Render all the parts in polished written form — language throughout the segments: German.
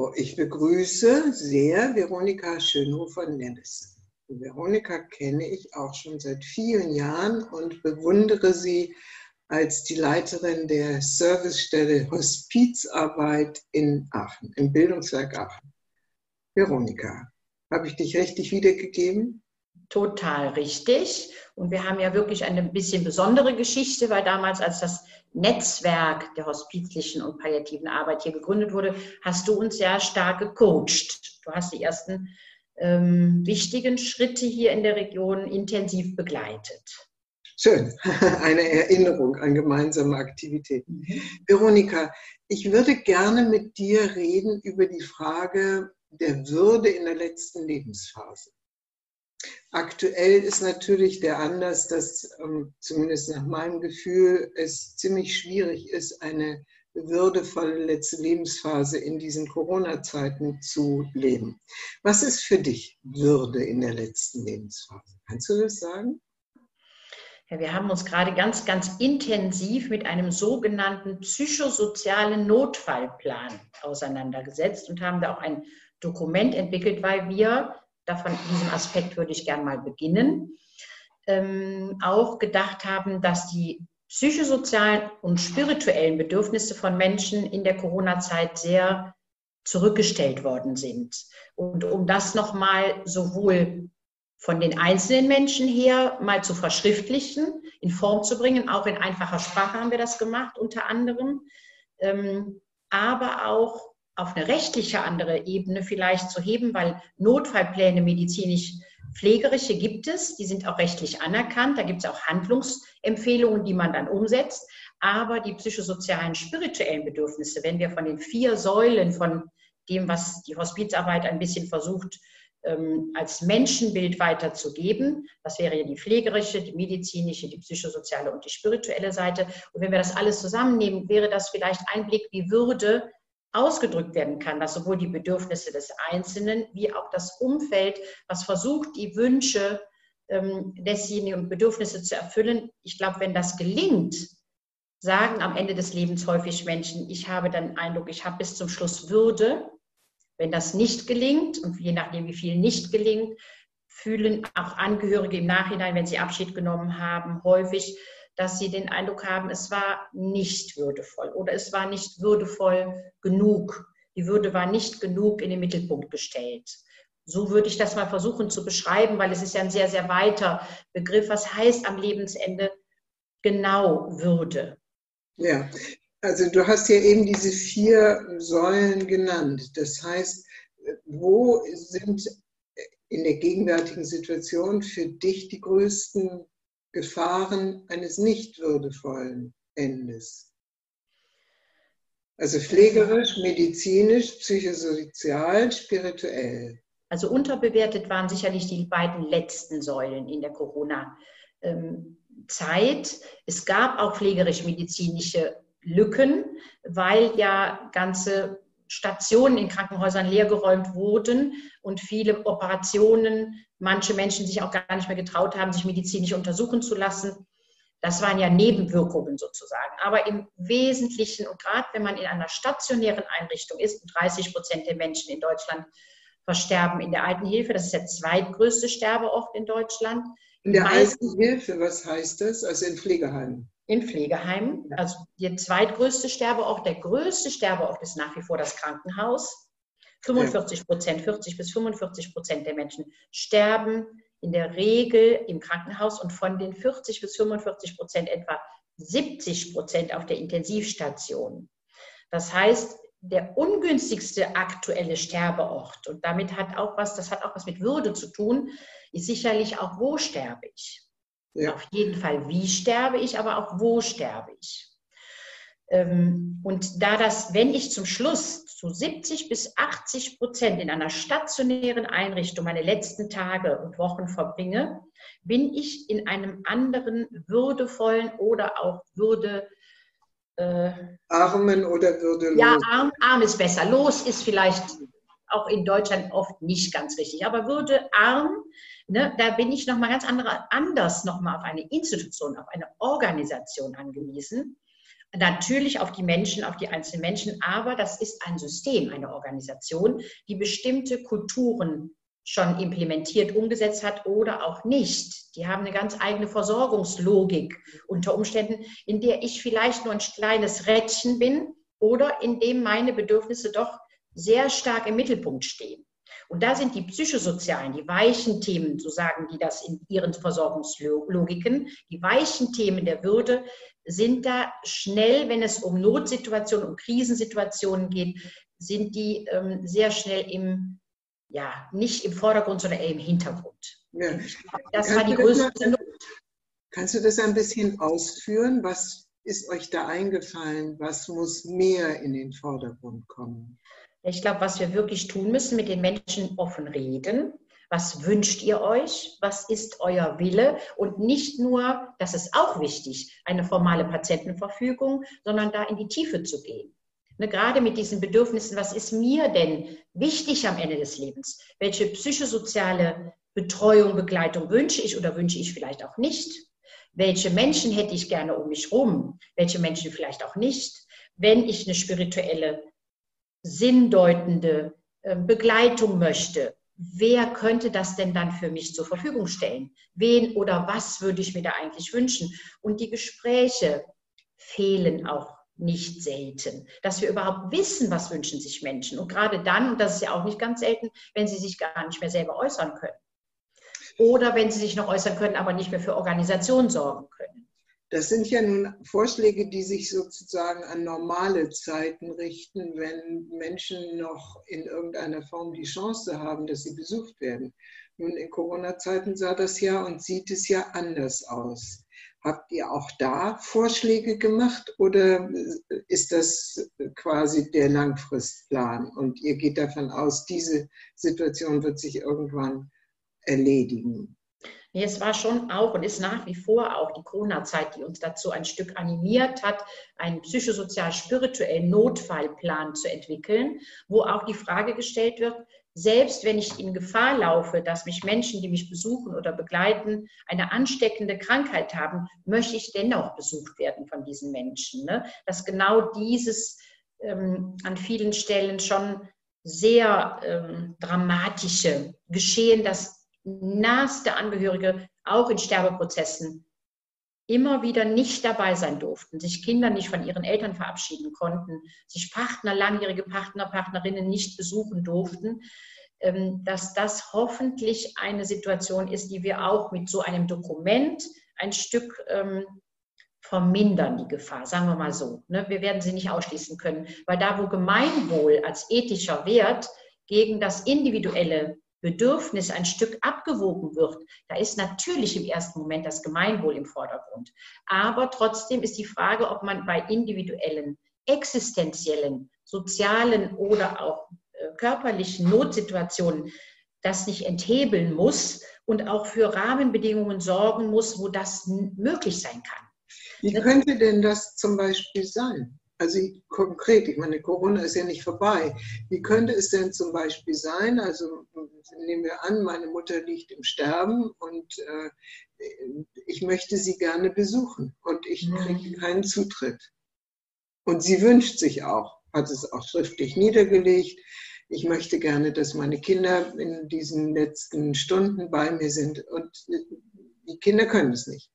Ich begrüße sehr Veronika Schönhofer-Nellis. Veronika kenne ich auch schon seit vielen Jahren und bewundere sie als die Leiterin der Servicestelle Hospizarbeit in Aachen, im Bildungswerk Aachen. Veronika, habe ich dich richtig wiedergegeben? Total richtig. Und wir haben ja wirklich eine bisschen besondere Geschichte, weil damals, als das Netzwerk der hospizlichen und palliativen Arbeit hier gegründet wurde, hast du uns ja stark gecoacht. Du hast die ersten wichtigen Schritte hier in der Region intensiv begleitet. Schön, eine Erinnerung an gemeinsame Aktivitäten. Veronika, ich würde gerne mit dir reden über die Frage der Würde in der letzten Lebensphase. Aktuell ist natürlich der Anlass, dass zumindest nach meinem Gefühl es ziemlich schwierig ist, eine würdevolle letzte Lebensphase in diesen Corona-Zeiten zu leben. Was ist für dich Würde in der letzten Lebensphase? Kannst du das sagen? Ja, wir haben uns gerade ganz, ganz intensiv mit einem sogenannten psychosozialen Notfallplan auseinandergesetzt und haben da auch ein Dokument entwickelt, weil wir, davon diesem Aspekt würde ich gerne mal beginnen, auch gedacht haben, dass die psychosozialen und spirituellen Bedürfnisse von Menschen in der Corona-Zeit sehr zurückgestellt worden sind. Und um das nochmal sowohl von den einzelnen Menschen her mal zu verschriftlichen, in Form zu bringen, auch in einfacher Sprache haben wir das gemacht, unter anderem, aber auch auf eine rechtliche andere Ebene vielleicht zu heben, weil Notfallpläne medizinisch-pflegerische gibt es, die sind auch rechtlich anerkannt, da gibt es auch Handlungsempfehlungen, die man dann umsetzt, aber die psychosozialen, spirituellen Bedürfnisse, wenn wir von den 4 Säulen von dem, was die Hospizarbeit ein bisschen versucht, als Menschenbild weiterzugeben, das wäre ja die pflegerische, die medizinische, die psychosoziale und die spirituelle Seite, und wenn wir das alles zusammennehmen, wäre das vielleicht ein Blick, wie Würde ausgedrückt werden kann, dass sowohl die Bedürfnisse des Einzelnen wie auch das Umfeld, was versucht, die Wünsche desjenigen und Bedürfnisse zu erfüllen. Ich glaube, wenn das gelingt, sagen am Ende des Lebens häufig Menschen, ich habe dann den Eindruck, ich habe bis zum Schluss Würde. Wenn das nicht gelingt, und je nachdem, wie viel nicht gelingt, fühlen auch Angehörige im Nachhinein, wenn sie Abschied genommen haben, häufig, dass sie den Eindruck haben, es war nicht würdevoll oder es war nicht würdevoll genug. Die Würde war nicht genug in den Mittelpunkt gestellt. So würde ich das mal versuchen zu beschreiben, weil es ist ja ein sehr, sehr weiter Begriff. Was heißt am Lebensende genau Würde? Ja, also du hast ja eben diese 4 Säulen genannt. Das heißt, wo sind in der gegenwärtigen Situation für dich die größten Gefahren eines nicht würdevollen Endes? Also pflegerisch, medizinisch, psychosozial, spirituell. Also unterbewertet waren sicherlich die beiden letzten Säulen in der Corona-Zeit. Es gab auch pflegerisch-medizinische Lücken, weil ja ganze Stationen in Krankenhäusern leergeräumt wurden und viele Operationen, manche Menschen sich auch gar nicht mehr getraut haben, sich medizinisch untersuchen zu lassen. Das waren ja Nebenwirkungen sozusagen. Aber im Wesentlichen, und gerade wenn man in einer stationären Einrichtung ist, und 30% der Menschen in Deutschland versterben in der Altenhilfe, das ist der zweitgrößte Sterbeort in Deutschland. In der Altenhilfe, was heißt das? Also in Pflegeheimen? In Pflegeheimen, also der zweitgrößte Sterbeort, der größte Sterbeort ist nach wie vor das Krankenhaus. 40 bis 45% der Menschen sterben in der Regel im Krankenhaus und von den 40 bis 45% etwa 70% auf der Intensivstation. Das heißt, der ungünstigste aktuelle Sterbeort, und das hat auch was mit Würde zu tun, ist sicherlich auch, wo sterbe ich. Ja. Auf jeden Fall, wie sterbe ich, aber auch wo sterbe ich. Und wenn ich zum Schluss zu 70 bis 80% in einer stationären Einrichtung meine letzten Tage und Wochen verbringe, bin ich in einem anderen würdevollen oder auch armen oder würdelos. Ja, arm ist besser. Los ist vielleicht auch in Deutschland oft nicht ganz richtig. Aber würdearm, ne, da bin ich nochmal ganz anders nochmal auf eine Institution, auf eine Organisation angewiesen. natürlich auf die Menschen, auf die einzelnen Menschen, aber das ist ein System, eine Organisation, die bestimmte Kulturen schon implementiert, umgesetzt hat oder auch nicht. Die haben eine ganz eigene Versorgungslogik unter Umständen, in der ich vielleicht nur ein kleines Rädchen bin oder in dem meine Bedürfnisse doch sehr stark im Mittelpunkt stehen. Und da sind die psychosozialen, die weichen Themen, so sagen die das in ihren Versorgungslogiken, die weichen Themen der Würde sind da schnell, wenn es um Notsituationen, um Krisensituationen geht, sind die sehr schnell nicht im Vordergrund, sondern eher im Hintergrund. Ja. Das war die größte. Kannst du das ein bisschen ausführen? Was ist euch da eingefallen? Was muss mehr in den Vordergrund kommen? Ich glaube, was wir wirklich tun müssen, mit den Menschen offen reden. Was wünscht ihr euch? Was ist euer Wille? Und nicht nur, das ist auch wichtig, eine formale Patientenverfügung, sondern da in die Tiefe zu gehen. Gerade mit diesen Bedürfnissen, was ist mir denn wichtig am Ende des Lebens? Welche psychosoziale Betreuung, Begleitung wünsche ich oder wünsche ich vielleicht auch nicht? Welche Menschen hätte ich gerne um mich rum? Welche Menschen vielleicht auch nicht? Wenn ich eine spirituelle, sinndeutende Begleitung möchte, wer könnte das denn dann für mich zur Verfügung stellen? Wen oder was würde ich mir da eigentlich wünschen? Und die Gespräche fehlen auch nicht selten, dass wir überhaupt wissen, was wünschen sich Menschen. Und gerade dann, und das ist ja auch nicht ganz selten, wenn sie sich gar nicht mehr selber äußern können. Oder wenn sie sich noch äußern können, aber nicht mehr für Organisationen sorgen können. Das sind ja nun Vorschläge, die sich sozusagen an normale Zeiten richten, wenn Menschen noch in irgendeiner Form die Chance haben, dass sie besucht werden. Nun, in Corona-Zeiten sah das ja und sieht es ja anders aus. Habt ihr auch da Vorschläge gemacht oder ist das quasi der Langfristplan und ihr geht davon aus, diese Situation wird sich irgendwann erledigen? Nee, es war schon auch und ist nach wie vor auch die Corona-Zeit, die uns dazu ein Stück animiert hat, einen psychosozial-spirituellen Notfallplan zu entwickeln, wo auch die Frage gestellt wird, selbst wenn ich in Gefahr laufe, dass mich Menschen, die mich besuchen oder begleiten, eine ansteckende Krankheit haben, möchte ich dennoch besucht werden von diesen Menschen. Ne? Dass genau dieses an vielen Stellen schon sehr dramatische Geschehen, dass naheste Angehörige auch in Sterbeprozessen immer wieder nicht dabei sein durften, sich Kinder nicht von ihren Eltern verabschieden konnten, sich Partner, langjährige Partner, Partnerinnen nicht besuchen durften, dass das hoffentlich eine Situation ist, die wir auch mit so einem Dokument ein Stück vermindern, die Gefahr, sagen wir mal so. Wir werden sie nicht ausschließen können, weil da, wo Gemeinwohl als ethischer Wert gegen das individuelle Bedürfnis ein Stück abgewogen wird, da ist natürlich im ersten Moment das Gemeinwohl im Vordergrund. Aber trotzdem ist die Frage, ob man bei individuellen, existenziellen, sozialen oder auch körperlichen Notsituationen das nicht enthebeln muss und auch für Rahmenbedingungen sorgen muss, wo das möglich sein kann. Wie könnte denn das zum Beispiel sein? Also konkret, ich meine, Corona ist ja nicht vorbei. Wie könnte es denn zum Beispiel sein, also nehmen wir an, meine Mutter liegt im Sterben und ich möchte sie gerne besuchen und ich kriege keinen Zutritt. Und sie wünscht sich auch, hat es auch schriftlich niedergelegt, ich möchte gerne, dass meine Kinder in diesen letzten Stunden bei mir sind und die Kinder können es nicht.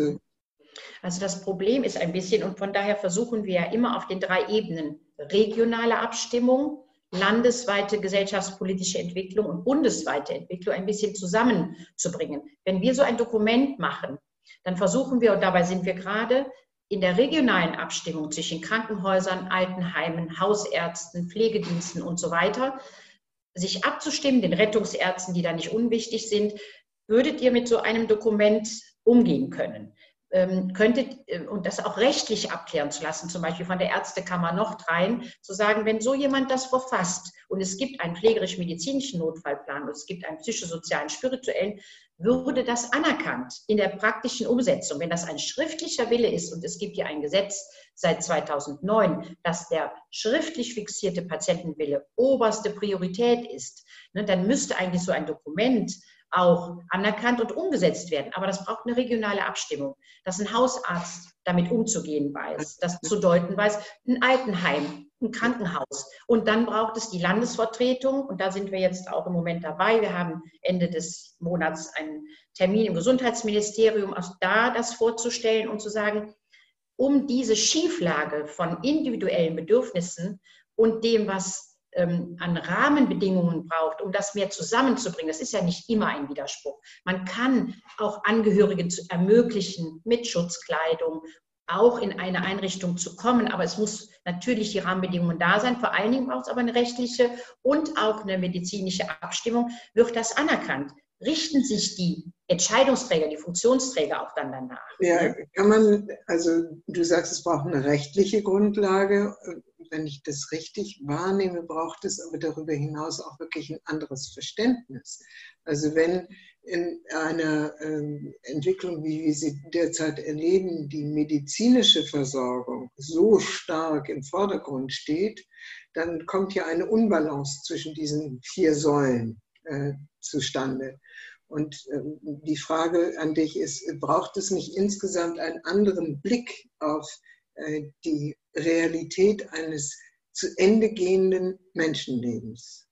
Also das Problem ist ein bisschen, und von daher versuchen wir ja immer auf den 3 Ebenen, regionale Abstimmung, landesweite gesellschaftspolitische Entwicklung und bundesweite Entwicklung ein bisschen zusammenzubringen. Wenn wir so ein Dokument machen, dann versuchen wir, und dabei sind wir gerade, in der regionalen Abstimmung zwischen Krankenhäusern, Altenheimen, Hausärzten, Pflegediensten und so weiter, sich abzustimmen, den Rettungsärzten, die da nicht unwichtig sind, würdet ihr mit so einem Dokument umgehen können? Könntet, und das auch rechtlich abklären zu lassen, zum Beispiel von der Ärztekammer Nordrhein, zu sagen, wenn so jemand das verfasst und es gibt einen pflegerisch-medizinischen Notfallplan und es gibt einen psychosozialen, spirituellen, würde das anerkannt in der praktischen Umsetzung, wenn das ein schriftlicher Wille ist und es gibt ja ein Gesetz seit 2009, dass der schriftlich fixierte Patientenwille oberste Priorität ist, dann müsste eigentlich so ein Dokument auch anerkannt und umgesetzt werden. Aber das braucht eine regionale Abstimmung, dass ein Hausarzt damit umzugehen weiß, das zu deuten weiß, ein Altenheim, ein Krankenhaus. Und dann braucht es die Landesvertretung, und da sind wir jetzt auch im Moment dabei. Wir haben Ende des Monats einen Termin im Gesundheitsministerium, auch da das vorzustellen und zu sagen, um diese Schieflage von individuellen Bedürfnissen und dem, was an Rahmenbedingungen braucht, um das mehr zusammenzubringen. Das ist ja nicht immer ein Widerspruch. Man kann auch Angehörigen ermöglichen, mit Schutzkleidung auch in eine Einrichtung zu kommen, aber es muss natürlich die Rahmenbedingungen da sein. Vor allen Dingen braucht es aber eine rechtliche und auch eine medizinische Abstimmung. Wird das anerkannt? Richten sich die Entscheidungsträger, die Funktionsträger auch dann danach? Ja, kann man, also du sagst, es braucht eine rechtliche Grundlage. Wenn ich das richtig wahrnehme, braucht es aber darüber hinaus auch wirklich ein anderes Verständnis. Also wenn in einer Entwicklung, wie wir sie derzeit erleben, die medizinische Versorgung so stark im Vordergrund steht, dann kommt ja eine Unbalance zwischen diesen 4 Säulen zustande. Und die Frage an dich ist, braucht es nicht insgesamt einen anderen Blick auf die Realität eines zu Ende gehenden Menschenlebens?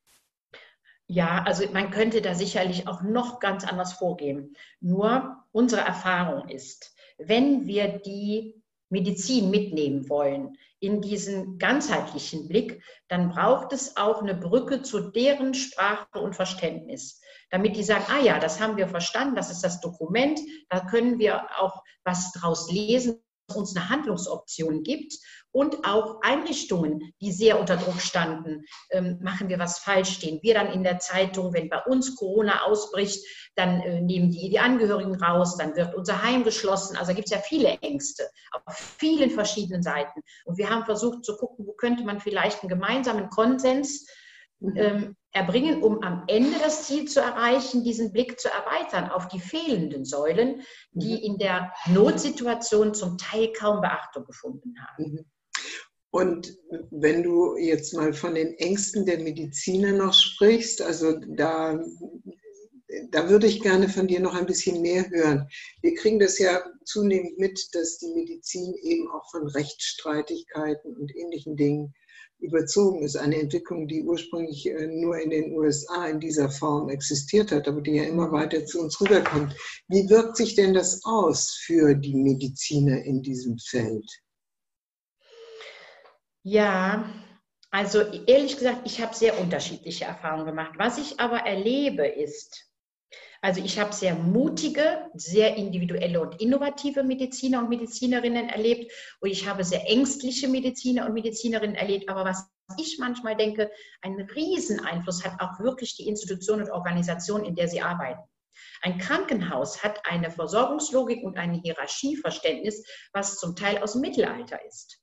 Ja, also man könnte da sicherlich auch noch ganz anders vorgehen. Nur unsere Erfahrung ist, wenn wir die Medizin mitnehmen wollen in diesen ganzheitlichen Blick, dann braucht es auch eine Brücke zu deren Sprache und Verständnis, damit die sagen, ah ja, das haben wir verstanden, das ist das Dokument, da können wir auch was draus lesen, was uns eine Handlungsoption gibt. Und auch Einrichtungen, die sehr unter Druck standen, machen wir was falsch, stehen wir dann in der Zeitung, wenn bei uns Corona ausbricht, dann nehmen die Angehörigen raus, dann wird unser Heim geschlossen. Also da gibt es ja viele Ängste auf vielen verschiedenen Seiten. Und wir haben versucht zu gucken, wo könnte man vielleicht einen gemeinsamen Konsens erbringen, um am Ende das Ziel zu erreichen, diesen Blick zu erweitern auf die fehlenden Säulen, die in der Notsituation zum Teil kaum Beachtung gefunden haben. Und wenn du jetzt mal von den Ängsten der Mediziner noch sprichst, also da würde ich gerne von dir noch ein bisschen mehr hören. Wir kriegen das ja zunehmend mit, dass die Medizin eben auch von Rechtsstreitigkeiten und ähnlichen Dingen überzogen ist. Eine Entwicklung, die ursprünglich nur in den USA in dieser Form existiert hat, aber die ja immer weiter zu uns rüberkommt. Wie wirkt sich denn das aus für die Mediziner in diesem Feld? Ja, also ehrlich gesagt, ich habe sehr unterschiedliche Erfahrungen gemacht. Was ich aber erlebe ist, also ich habe sehr mutige, sehr individuelle und innovative Mediziner und Medizinerinnen erlebt und ich habe sehr ängstliche Mediziner und Medizinerinnen erlebt. Aber was ich manchmal denke, einen Rieseneinfluss hat auch wirklich die Institution und Organisation, in der sie arbeiten. Ein Krankenhaus hat eine Versorgungslogik und ein Hierarchieverständnis, was zum Teil aus dem Mittelalter ist.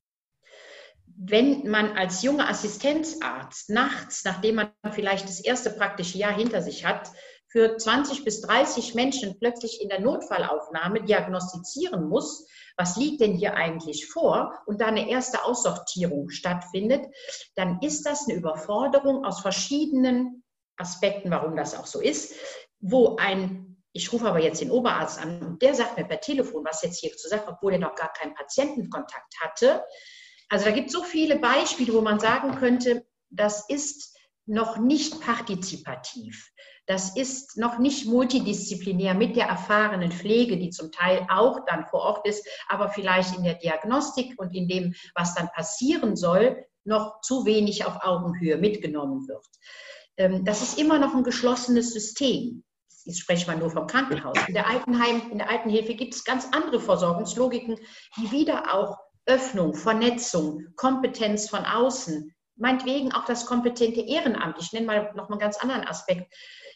Wenn man als junger Assistenzarzt nachts, nachdem man vielleicht das erste praktische Jahr hinter sich hat, für 20 bis 30 Menschen plötzlich in der Notfallaufnahme diagnostizieren muss, was liegt denn hier eigentlich vor, und da eine erste Aussortierung stattfindet, dann ist das eine Überforderung aus verschiedenen Aspekten, warum das auch so ist, wo ich rufe aber jetzt den Oberarzt an und der sagt mir per Telefon, was jetzt hierzu sagt, obwohl er noch gar keinen Patientenkontakt hatte. Also da gibt es so viele Beispiele, wo man sagen könnte, das ist noch nicht partizipativ. Das ist noch nicht multidisziplinär mit der erfahrenen Pflege, die zum Teil auch dann vor Ort ist, aber vielleicht in der Diagnostik und in dem, was dann passieren soll, noch zu wenig auf Augenhöhe mitgenommen wird. Das ist immer noch ein geschlossenes System. Jetzt spreche ich mal nur vom Krankenhaus. In der Altenhilfe gibt es ganz andere Versorgungslogiken, die wieder auch Öffnung, Vernetzung, Kompetenz von außen, meinetwegen auch das kompetente Ehrenamt, ich nenne mal noch mal einen ganz anderen Aspekt,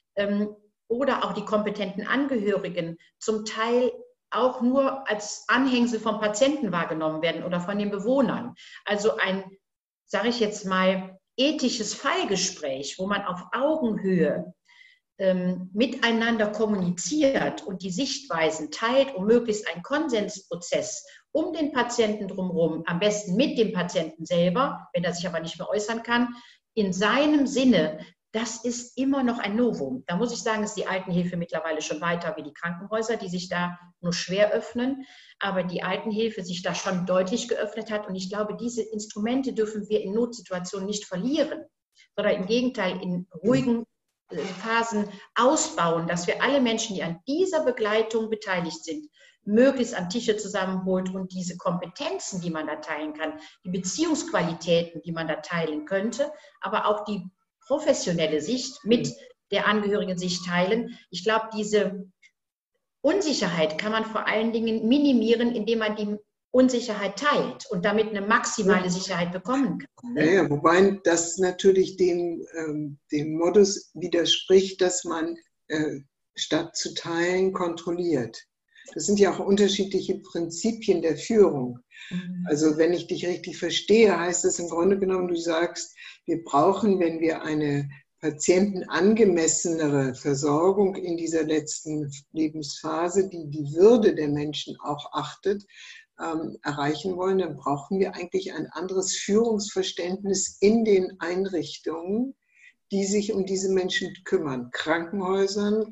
oder auch die kompetenten Angehörigen zum Teil auch nur als Anhängsel vom Patienten wahrgenommen werden oder von den Bewohnern. Also ein, sage ich jetzt mal, ethisches Fallgespräch, wo man auf Augenhöhe miteinander kommuniziert und die Sichtweisen teilt, um möglichst einen Konsensprozess um den Patienten drumherum, am besten mit dem Patienten selber, wenn er sich aber nicht mehr äußern kann, in seinem Sinne das ist immer noch ein Novum. Da muss ich sagen, ist die Altenhilfe mittlerweile schon weiter wie die Krankenhäuser, die sich da nur schwer öffnen, aber die Altenhilfe sich da schon deutlich geöffnet hat. Und ich glaube, diese Instrumente dürfen wir in Notsituationen nicht verlieren, sondern im Gegenteil in ruhigen Phasen ausbauen, dass wir alle Menschen, die an dieser Begleitung beteiligt sind, möglichst an Tische zusammenholt und diese Kompetenzen, die man da teilen kann, die Beziehungsqualitäten, die man da teilen könnte, aber auch die professionelle Sicht mit der angehörigen Sicht teilen. Ich glaube, diese Unsicherheit kann man vor allen Dingen minimieren, indem man die Unsicherheit teilt und damit eine maximale Sicherheit bekommen kann. Ne? Ja, wobei das natürlich dem Modus widerspricht, dass man statt zu teilen kontrolliert. Das sind ja auch unterschiedliche Prinzipien der Führung. Also wenn ich dich richtig verstehe, heißt das im Grunde genommen, du sagst, wir brauchen, wenn wir eine patientenangemessenere Versorgung in dieser letzten Lebensphase, die die Würde der Menschen auch achtet, erreichen wollen, dann brauchen wir eigentlich ein anderes Führungsverständnis in den Einrichtungen, die sich um diese Menschen kümmern. Krankenhäusern,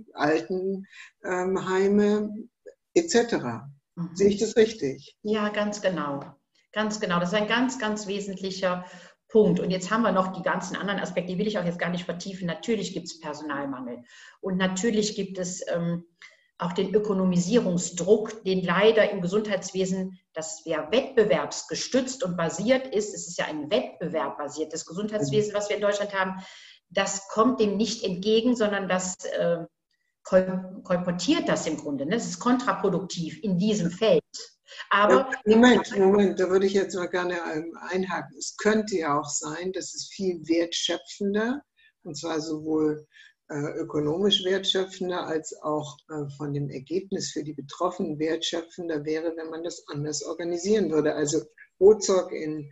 Altenheime, etc. Sehe ich das richtig? Ja, ganz genau. Ganz genau. Das ist ein ganz, ganz wesentlicher Punkt. Und jetzt haben wir noch die ganzen anderen Aspekte, die will ich auch jetzt gar nicht vertiefen. Natürlich gibt es Personalmangel. Und natürlich gibt es auch den Ökonomisierungsdruck, den leider im Gesundheitswesen, das ja wettbewerbsgestützt und basiert ist, es ist ja ein wettbewerbbasiertes Gesundheitswesen, was wir in Deutschland haben, das kommt dem nicht entgegen, sondern das kolportiert das im Grunde. Ne? Das ist kontraproduktiv in diesem Feld. Aber Moment, da würde ich jetzt mal gerne einhaken. Es könnte ja auch sein, dass es viel wertschöpfender, und zwar sowohl ökonomisch wertschöpfender als auch von dem Ergebnis für die Betroffenen wertschöpfender wäre, wenn man das anders organisieren würde. Also Ozog in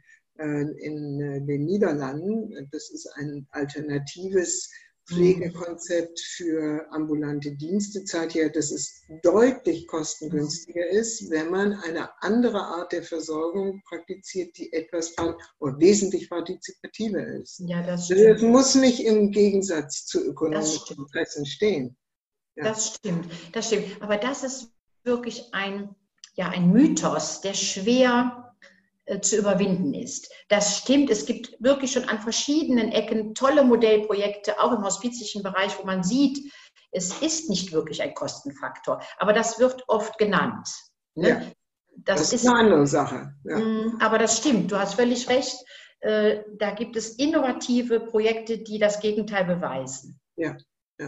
den Niederlanden, das ist ein alternatives Pflegekonzept für ambulante Dienste, zeigt ja, dass es deutlich kostengünstiger ist, wenn man eine andere Art der Versorgung praktiziert, die etwas oder wesentlich partizipativer ist. Ja, das stimmt. Es muss nicht im Gegensatz zu ökonomischen Interessen stehen. Ja. Das stimmt. Aber das ist wirklich ein Mythos, der schwer zu überwinden ist. Das stimmt, es gibt wirklich schon an verschiedenen Ecken tolle Modellprojekte, auch im hospizischen Bereich, wo man sieht, es ist nicht wirklich ein Kostenfaktor, aber das wird oft genannt. Ne? Ja, das ist eine andere Sache. Ja. Aber das stimmt, du hast völlig recht, da gibt es innovative Projekte, die das Gegenteil beweisen. Ja.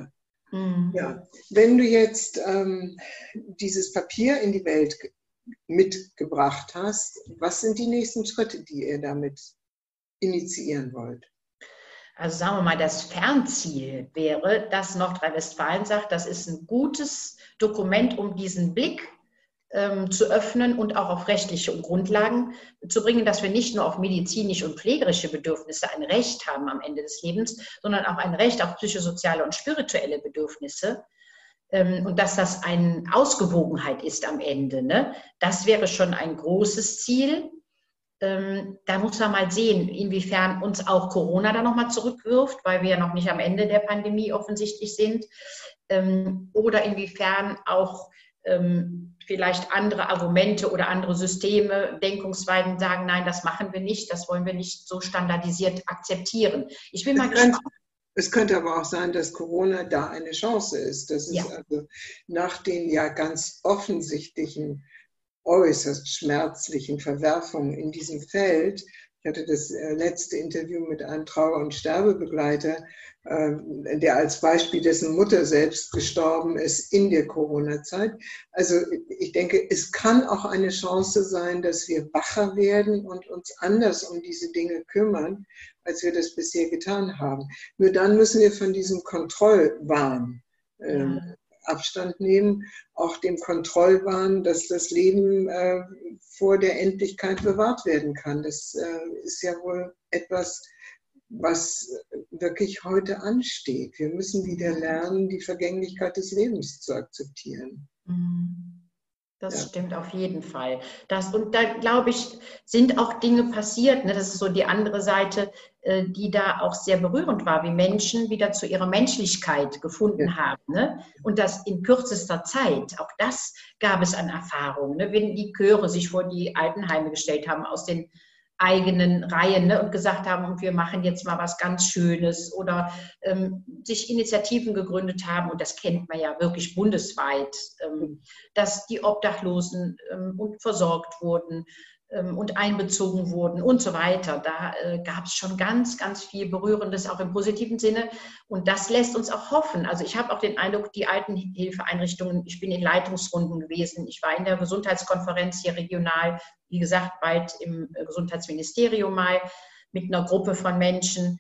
Ja. Wenn du jetzt dieses Papier in die Welt mitgebracht hast, was sind die nächsten Schritte, die ihr damit initiieren wollt? Also sagen wir mal, das Fernziel wäre, dass Nordrhein-Westfalen sagt, das ist ein gutes Dokument, um diesen Blick zu öffnen und auch auf rechtliche Grundlagen zu bringen, dass wir nicht nur auf medizinische und pflegerische Bedürfnisse ein Recht haben am Ende des Lebens, sondern auch ein Recht auf psychosoziale und spirituelle Bedürfnisse. Und dass das eine Ausgewogenheit ist am Ende. Ne? Das wäre schon ein großes Ziel. Da muss man mal sehen, inwiefern uns auch Corona da nochmal zurückwirft, weil wir ja noch nicht am Ende der Pandemie offensichtlich sind. Oder inwiefern auch vielleicht andere Argumente oder andere Systeme, Denkungsweisen sagen, nein, das machen wir nicht, das wollen wir nicht so standardisiert akzeptieren. Ich bin mal gespannt. Es könnte aber auch sein, dass Corona da eine Chance ist. Das ist also nach den ja ganz offensichtlichen, äußerst schmerzlichen Verwerfungen in diesem Feld. Ich hatte das letzte Interview mit einem Trauer- und Sterbebegleiter, der als Beispiel dessen Mutter selbst gestorben ist in der Corona-Zeit. Also ich denke, es kann auch eine Chance sein, dass wir wacher werden und uns anders um diese Dinge kümmern, als wir das bisher getan haben. Nur dann müssen wir von diesem Kontrollwahn Abstand nehmen, auch dem Kontrollwahn, dass das Leben vor der Endlichkeit bewahrt werden kann. Das ist ja wohl etwas, was wirklich heute ansteht. Wir müssen wieder lernen, die Vergänglichkeit des Lebens zu akzeptieren. Das stimmt auf jeden Fall. Und da, glaube ich, sind auch Dinge passiert. Ne? Das ist so die andere Seite. die da auch sehr berührend war, wie Menschen wieder zu ihrer Menschlichkeit gefunden haben. Ne? Und das in kürzester Zeit. Auch das gab es an Erfahrungen. Ne? Wenn die Chöre sich vor die Altenheime gestellt haben aus den eigenen Reihen, ne, und gesagt haben, und wir machen jetzt mal was ganz Schönes, oder sich Initiativen gegründet haben, und das kennt man ja wirklich bundesweit, dass die Obdachlosen und versorgt wurden und einbezogen wurden und so weiter. Da gab es schon ganz, ganz viel Berührendes, auch im positiven Sinne. Und das lässt uns auch hoffen. Also ich habe auch den Eindruck, die Altenhilfeeinrichtungen, ich bin in Leitungsrunden gewesen, ich war in der Gesundheitskonferenz hier regional, wie gesagt, bald im Gesundheitsministerium mal mit einer Gruppe von Menschen.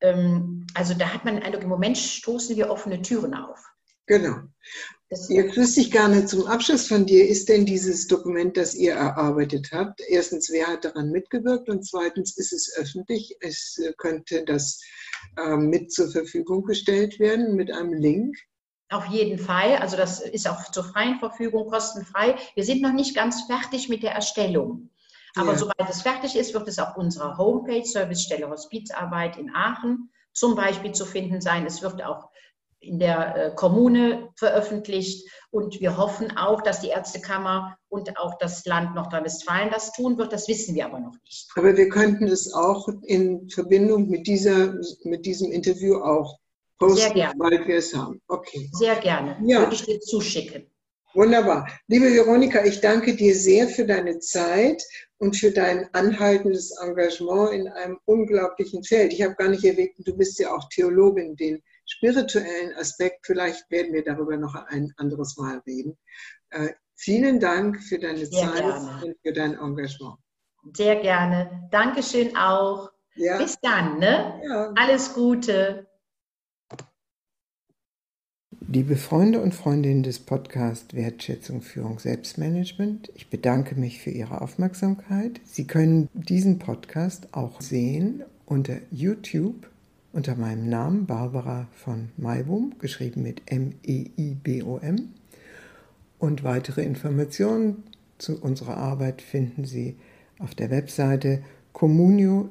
Also da hat man den Eindruck, im Moment stoßen wir offene Türen auf. Genau. Jetzt wüsste ich gerne zum Abschluss von dir, ist denn dieses Dokument, das ihr erarbeitet habt, erstens, wer hat daran mitgewirkt, und zweitens, ist es öffentlich? Es könnte das mit zur Verfügung gestellt werden mit einem Link? Auf jeden Fall. Also das ist auch zur freien Verfügung, kostenfrei. Wir sind noch nicht ganz fertig mit der Erstellung. Aber sobald es fertig ist, wird es auf unserer Homepage, Servicestelle Hospizarbeit in Aachen, zum Beispiel zu finden sein. Es wird auch in der Kommune veröffentlicht, und wir hoffen auch, dass die Ärztekammer und auch das Land Nordrhein-Westfalen das tun wird. Das wissen wir aber noch nicht. Aber wir könnten es auch in Verbindung mit diesem Interview auch posten, sehr gerne, weil wir es haben. Okay. Sehr gerne. Ja. Würde ich dir zuschicken. Wunderbar. Liebe Veronika, ich danke dir sehr für deine Zeit und für dein anhaltendes Engagement in einem unglaublichen Feld. Ich habe gar nicht erwähnt, du bist ja auch Theologin, den spirituellen Aspekt. Vielleicht werden wir darüber noch ein anderes Mal reden. Vielen Dank für deine Zeit und für dein Engagement. Sehr gerne. Dankeschön auch. Ja. Bis dann, ne? Ja. Alles Gute. Liebe Freunde und Freundinnen des Podcasts Wertschätzung, Führung, Selbstmanagement, ich bedanke mich für Ihre Aufmerksamkeit. Sie können diesen Podcast auch sehen unter YouTube unter meinem Namen Barbara von Maibom, geschrieben mit M-E-I-B-O-M. Und weitere Informationen zu unserer Arbeit finden Sie auf der Webseite Communio,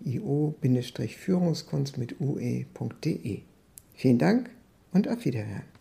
COMMUNIO-Führungskunst mit ue.de. Vielen Dank und auf Wiederhören.